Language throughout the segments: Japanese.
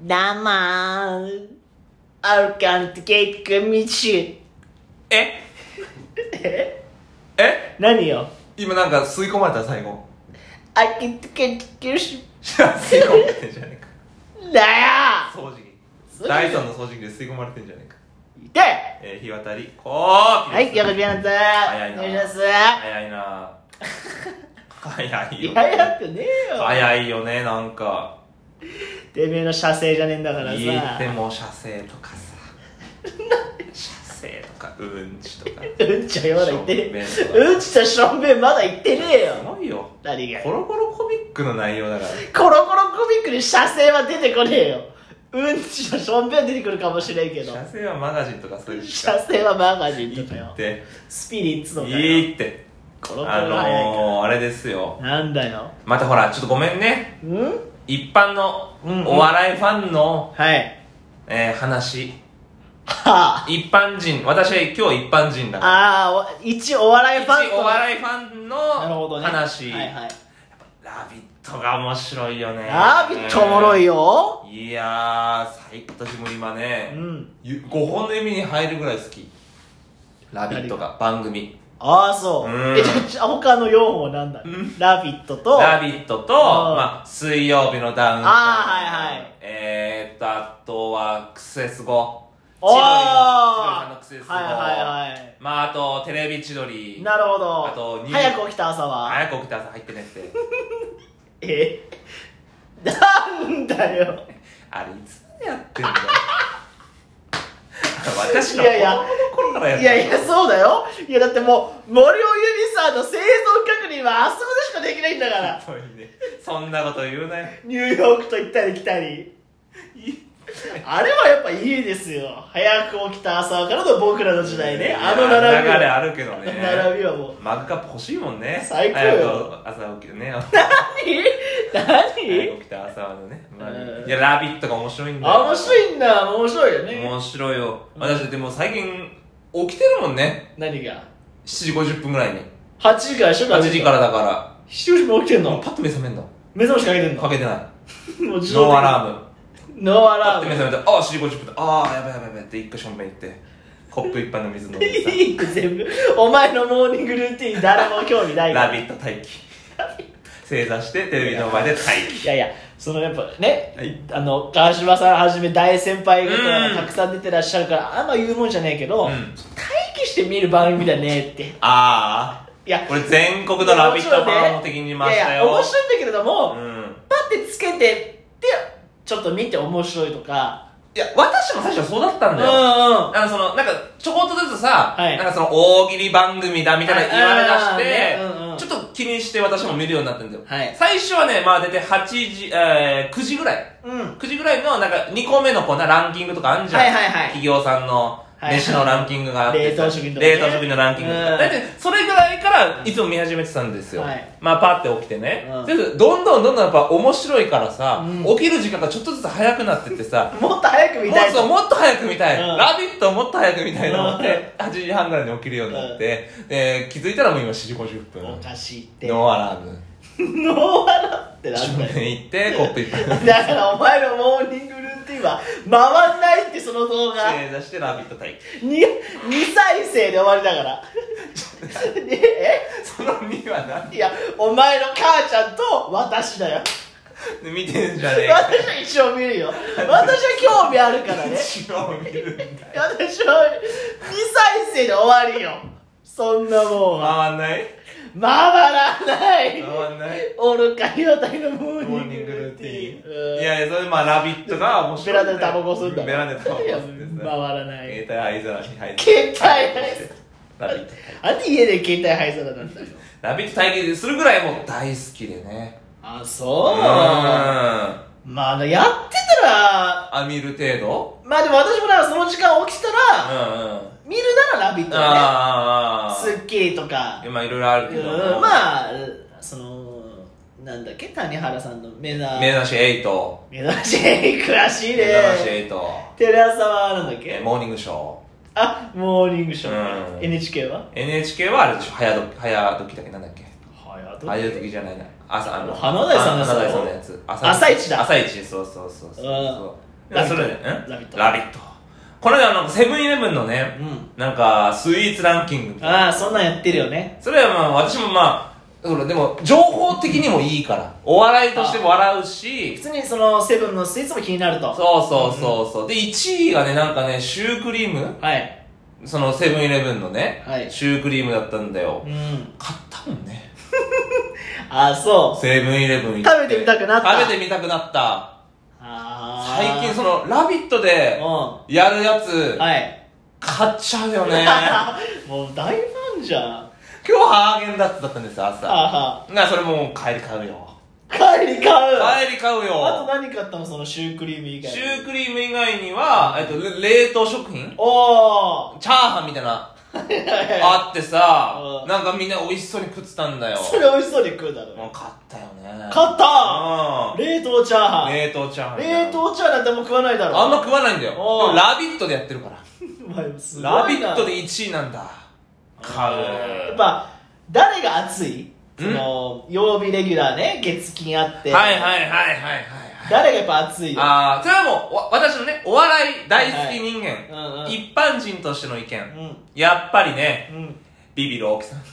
生アルカンテケイクミチえ何よ今なんか吸い込まれた最後あきてけけし吸い込まれてんじゃねえかだよ掃除機ダイソンの掃除機で吸い込まれてんじゃねえか痛い日渡りこーはい、よろしくお願いします。 早いなお願いします。 早いな早いよ早くねえよ。 早いよねなんかてめえの射精じゃねえんだからさ。 言っても射精とかさ射精とかうんちとかうんちはまだ言ってねしょんべんとかえ。うんちとしょんべんまだ言ってねえよ。 すごいよ何がコロコロコミックの内容だからコロコロコミックに射精は出てこねえよ。うんちとしょんべん出てくるかもしれんけど。 射精はマガジンとかそういう射精はマガジンいいとかよっ。てスピリッツとかよ。 いいってコロコロが早いかあれですよら。なんだよ。 またほらちょっとごめんねうん一般のうんうんお笑いファンの、 はい。 話はあ。 一般人私は今日一般人だからああ、一お笑いファン一お笑いファンなるほどのね。 話、 はいはい。 ラビットが面白いよねラビットおもろいよ。 いやー私も今ね、 うん。 5本の指に入るぐらい好きラビットが番組ああ、そう。 うんじゃあ他の4本は何だ、ラビットと、 ラビットと、水曜日のダウンタウンあーはいはいあとはクセスゴおー千鳥さんのクセスゴはいはいはいあとテレビ千鳥なるほど。 あと早く起きた朝は。 早く起きた朝入ってねってなんだよ。 あれいつまでやってんだよ私のいやいや子供の頃からやっていやいや、そうだよ。いや、だってもう、森尾由美さんの生存確認はあそこでしかできないんだから。 本当にねそんなこと言うなよニューヨークと行ったり来たり。あれはやっぱいいですよ。早く起きた朝からの僕らの時代ね。あの並びは。 流れあるけどね並びはもう。 マグカップ欲しいもんね最高よ早く朝起きるね何早く起きた朝のね、いやラビットが面白いんだよあ、面白いんだ。面白いよね。 面白いよ私でも最近起きてるもんね何が 7時50分ぐらいに 8時からしょ 8時からだから 7時も起きてんのもうパッと目覚めんだ目覚ましかけてんのかけてないもう自ノーアーラームノーアパッと目ラーム覚めて7時50分ああやばいやばいやばいって一回しょんべん行ってコップ一杯の水飲んでさいいって全部お前のモーニングルーティン誰も興味ないからラビット待機正座してテレビの前で待機いやいやそのやっぱね、 はい川島さんはじめ大先輩方がたくさん出てらっしゃるからあんま言うもんじゃねえけど、 うん待機して見る番組だねってああいやこれ全国のラビットファンを敵に回したよいやいや面白いんだけれども、 うんパッてつけてでちょっと見て面白いとかいや私も最初はそうだったんだよなんかちょこっとずつさ、 はいなんかその大喜利番組だみたいな言われだして、 ねうんうんちょっと気にして私も見るようになったんだよ、 はい最初はねまあ大体8時、9時ぐらいうん 9時ぐらいのなんか2個目のこうなランキングとかあるじゃん、 はいはいはい企業さんの飯のランキングがあってさ冷凍食品とかね冷凍食品のランキングとかうん大体それぐらいからいつも見始めてたんですよ、 はいまあパって起きてね、 うんでどんどんやっぱ面白いからさ、 うん起きる時間がちょっとずつ早くなってってさもっと早く見たいともっと早く見たい、 うんラビットをもっと早く見たいと思って、8時半ぐらいに起きるようになって、で気づいたらもう今7時50分おかしいってノーアラームノーアラってなん正だよ面行ってコップ一杯だからお前のモーニングルーティンは回んないってその動画正座してラビット待機 2再生で終わりだからその2は何いやお前の母ちゃんと私だよ見てんじゃねえか私は一応見るよ私は興味あるからね一応見るんだよ私は2再生で終わりよそんなもんは回んない回らない回んない愚かにあたりのモーモーニングニングルールーティティンンいやいやそれまあラビットが面ベ白いランダでタバコ吸うんだベランダでタバコ吸って回らない携帯灰皿に入って携帯灰ラビットあんで家で携帯灰皿なんだよラビット体験するぐらいもう大好きでねあそうまあやってたらあ見る程度まあでも私もなんかその時間起きたら見るなら「ラビット!」だねあ 『スッキリ』とかまあいろいろあるけどまあそのなんだっけ谷原さんの目指目指し8 目指し詳しい目ね指し8 テレ朝はなんだっけモーニングショあモーニングショー、 うん NHK はー NHK はあれでしょ早時だっけなんだっけ早早時じゃないな朝花大さんのやつ花大さんのやつ朝一だ朝一そうそうそうそううんそれでラビットラビット。この間セブンイレブンのね、なんかスイーツランキングみたいな。 ああ、そんなんやってるよね。 それはまあ私もでも情報的にもいいからお笑いとしても笑うし、 普通にそのセブンのスイーツも気になると。 そう、で1位がねなんかねシュークリーム、 はい、 そのセブンイレブンのね、 はい、 シュークリームだったんだよ。買ったもんね。 ああ、そう。 セブンイレブン行って食べてみたくなった。 食べてみたくなった。最近そのラビットでやるやつ、 はい、 買っちゃうよね。 もう大ファンじゃん。 今日ハーゲンダッツだったんですよ、朝。それもう帰り買うよ。 帰り買うよ。 あと何買ったの、そのシュークリーム以外。 シュークリーム以外には、冷凍食品、 おー、 チャーハンみたいなあってさ、なんかみんな美味しそうに食ってたんだよ。 それ美味しそうに食うだろ。 もう買ったよね。 買った。冷凍チャーハン。 冷凍チャーハンなんてもう食わないだろ。 あんま食わないんだよ。でもラビットでやってるから。ラビットで1位なんだ。買う。 やっぱ誰が熱い？その曜日レギュラーね、月金あって。 はい。 誰がやっぱ熱いよ。 それはもう私のね、お笑い大好き人間、一般人としての意見、やっぱりね、ビビる大木さん。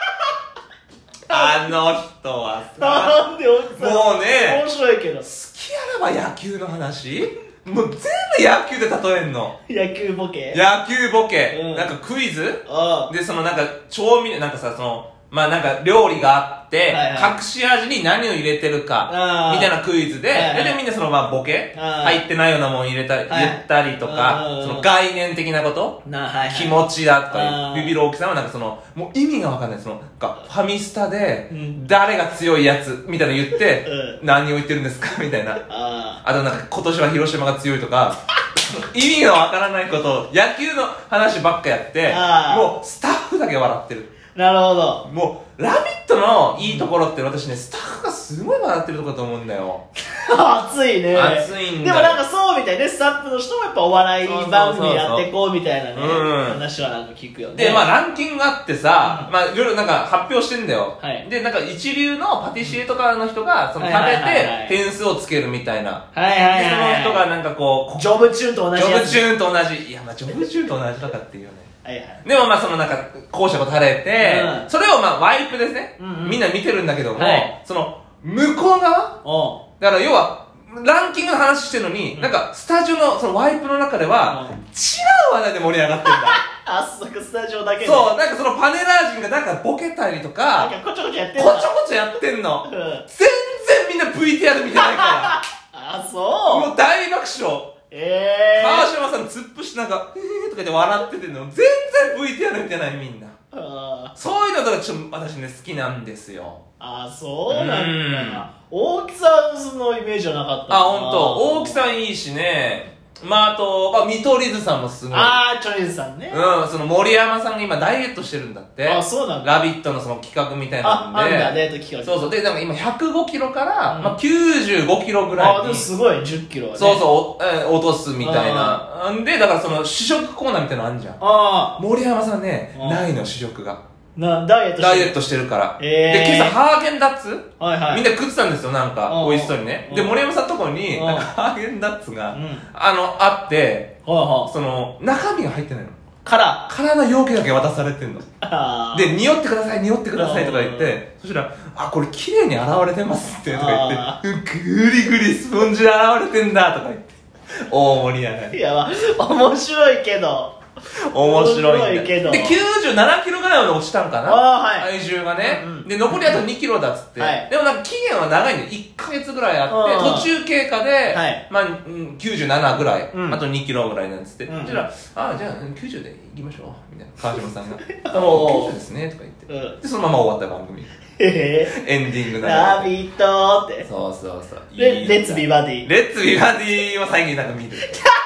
あの人はさ、 なんで大木さんもうね、 面白いけど、 好きやらば野球の話、もう全部野球で例えんの。 野球ボケ、 なんかクイズで、そのなんか調味料、なんかさ、そのなんか料理があって、隠し味に何を入れてるかみたいなクイズで、でみんなそのボケ入ってないようなもん入れたり言ったりとか、その概念的なこと、気持ちだとか、ビビる大木さんはなんかそのもう意味がわかんない、そのファミスタで誰が強いやつみたいなの言って何を言ってるんですかみたいな。あとなんか今年は広島が強いとか。意味がわからないことを野球の話ばっかやってもうスタッフだけ笑ってる。 なるほど。 もう、ラビットのいいところって私ね、スタッフがすごい笑ってるところだと思うんだよ。 熱いね。 熱いんだよ。 でもなんかそうみたいね、スタッフの人もやっぱお笑い番組やってこうみたいなね、話はなんか聞くよね。 で、ランキングあってさ、いろいろなんか発表してんだよ。で、なんか一流のパティシエとかの人が、その食べて点数をつけるみたいな。で、その人がなんかこう、 ジョブチューンと同じやつ。 ジョブチューンと同じ。いや、ジョブチューンと同じだからっていうよね。でもそのなんか校舎を垂れて、それをワイプですね、みんな見てるんだけども、その向こう側だから要はランキングの話してるのに、なんかスタジオのそのワイプの中では違う話題で盛り上がってるんだ。 あ、そっか、スタジオだけで。 そう、なんかそのパネラー陣がなんかボケたりとか、 こちょこちょやってんの。 こちょこちょやってんの。全然みんな VTR 見てないから。 あ、そう。 もう大爆笑。川島さん突っ伏してなんか、とか言って笑っててんの。全然 VTR 見てないみんな。そういうのがちょっと私ね、好きなんですよ。 あ、そうなんだ。大木さんのイメージはなかった。 ほんと。大木さんいいしね。あと、見取り図さんもすごい。 チョリズさんね。 その森山さんが今ダイエットしてるんだって。 そうなんだ。 ラビットのその企画みたいなんで。 あんだ、デート企画。 そう。で、なんか今105キロから、95キロぐらいに。 でもすごい、10キロはね。 落とすみたいな。んで、だからその試食コーナーみたいなのあるじゃん。森山さんね、ないの、試食が。 ダイエットしてるから。で、今朝ハーゲンダッツみんな食ってたんですよ、なんか、美味しそうにね。で、森山さんのところに、なんかハーゲンダッツが、あって、その、中身が入ってないの。空の容器だけ渡されてんの。で、匂ってくださいとか言って、そしたら、これ綺麗に洗われてますって、とか言って、グリグリスポンジで洗われてんだ、とか言って。大盛り上がり。 いや、面白いけど。 面白いけど。 で、97キロぐらいまで落ちたんかな、体重がね。で、残りあと2キロだっつって。でもなんか期限は長いんで、1ヶ月ぐらいあって、途中経過で、97ぐらい、あと2キロぐらいなんつって。そしたら、じゃあ90でいきましょう、みたいな、川島さんが。90ですね、とか言って。で、そのまま終わった番組。エンディングラビットって。 そう。 レッツビバディ。 レッツビバディは最近なんか見る。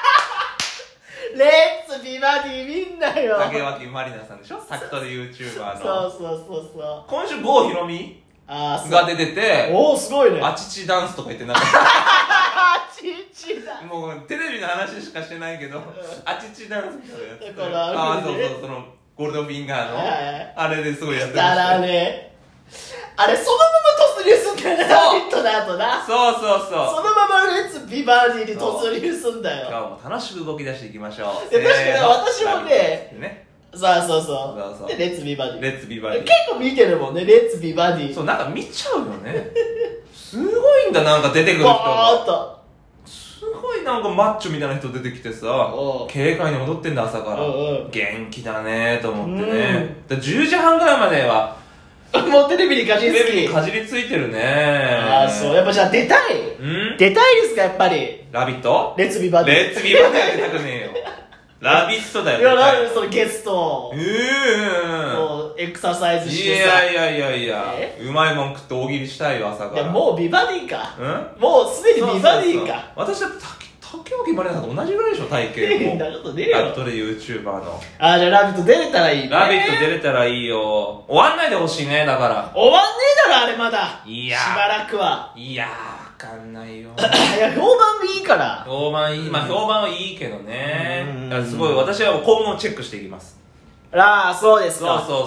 レッツビバディみんなよ。 竹脇まりなさんでしょ、サクトで YouTuber の。 そう。 今週郷ひろみが出てて、 すごいね。 あちちダンスとか言ってなんかあちちダンス、 もうテレビの話しかしてないけど、あちちダンスみたいなやつ。そう、そのゴールドフィンガーのあれですごいやってました。 だらね、あれそのまま突入すんだよね、ラビットの後な。 そうそうそう。 そのままレッツビバディに突入すんだよ。 今日も楽しく動き出していきましょう。 確かに私もね、そうでレッツビバディ。 レッツビバディ。 結構見てるもんね、レッツビバディ。 そう、なんか見ちゃうよね。すごいんだ、なんか出てくる人が。すごいなんかマッチョみたいな人出てきてさ、軽快に踊ってんだ、朝から。元気だねと思ってね。10時半ぐらいまでは、 もうテレビにかじりついてる。 テレビにかじりついてるね。 ああ、そう。やっぱじゃあ出たい出たいですか、やっぱり。 ラビットレッツビバディ。 レッツビバディは出たくねえよ。ラビットだよ。 いや、なんでそのゲスト。エクササイズしてさ。 いや、うまいもん食って大喜利したいよ、朝から。 いや、もうビバディか。もうすでにビバディか。 私だって竹脇まりなさんと同じぐらいでしょ、体型も。 なことねえよ。 ガットで YouTuber の。 ああ、じゃあラビット出れたらいいね。 ラビット出れたらいいよ。終わんないでほしいね、だから。 終わんねえだろ、あれまだ。 いやしばらくは。 いやー、わかんないよ。 いや、評判いいから。 評判いい。まあ、評判はいいけどね。すごい、私は今後チェックしていきます。 ああ、そうですか。 そう。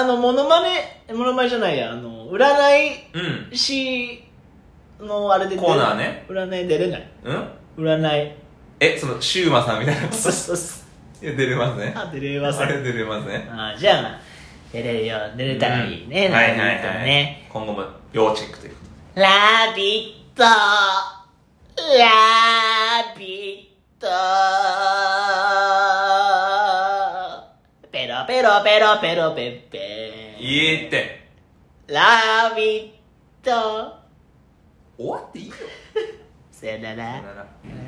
モノマネじゃないや、占い師のあれでコーナーね。 占い出れない占い。 その、シウマさんみたいな。 そう。 いや、出れますね。 出れますね。 あれ出れますね。 じゃあまあ、出れたらいいね。 はい。今後も要チェックという。 ラビットペロペロペロペロペッペいいって。 ラビット終わっていいよ。 さよなら。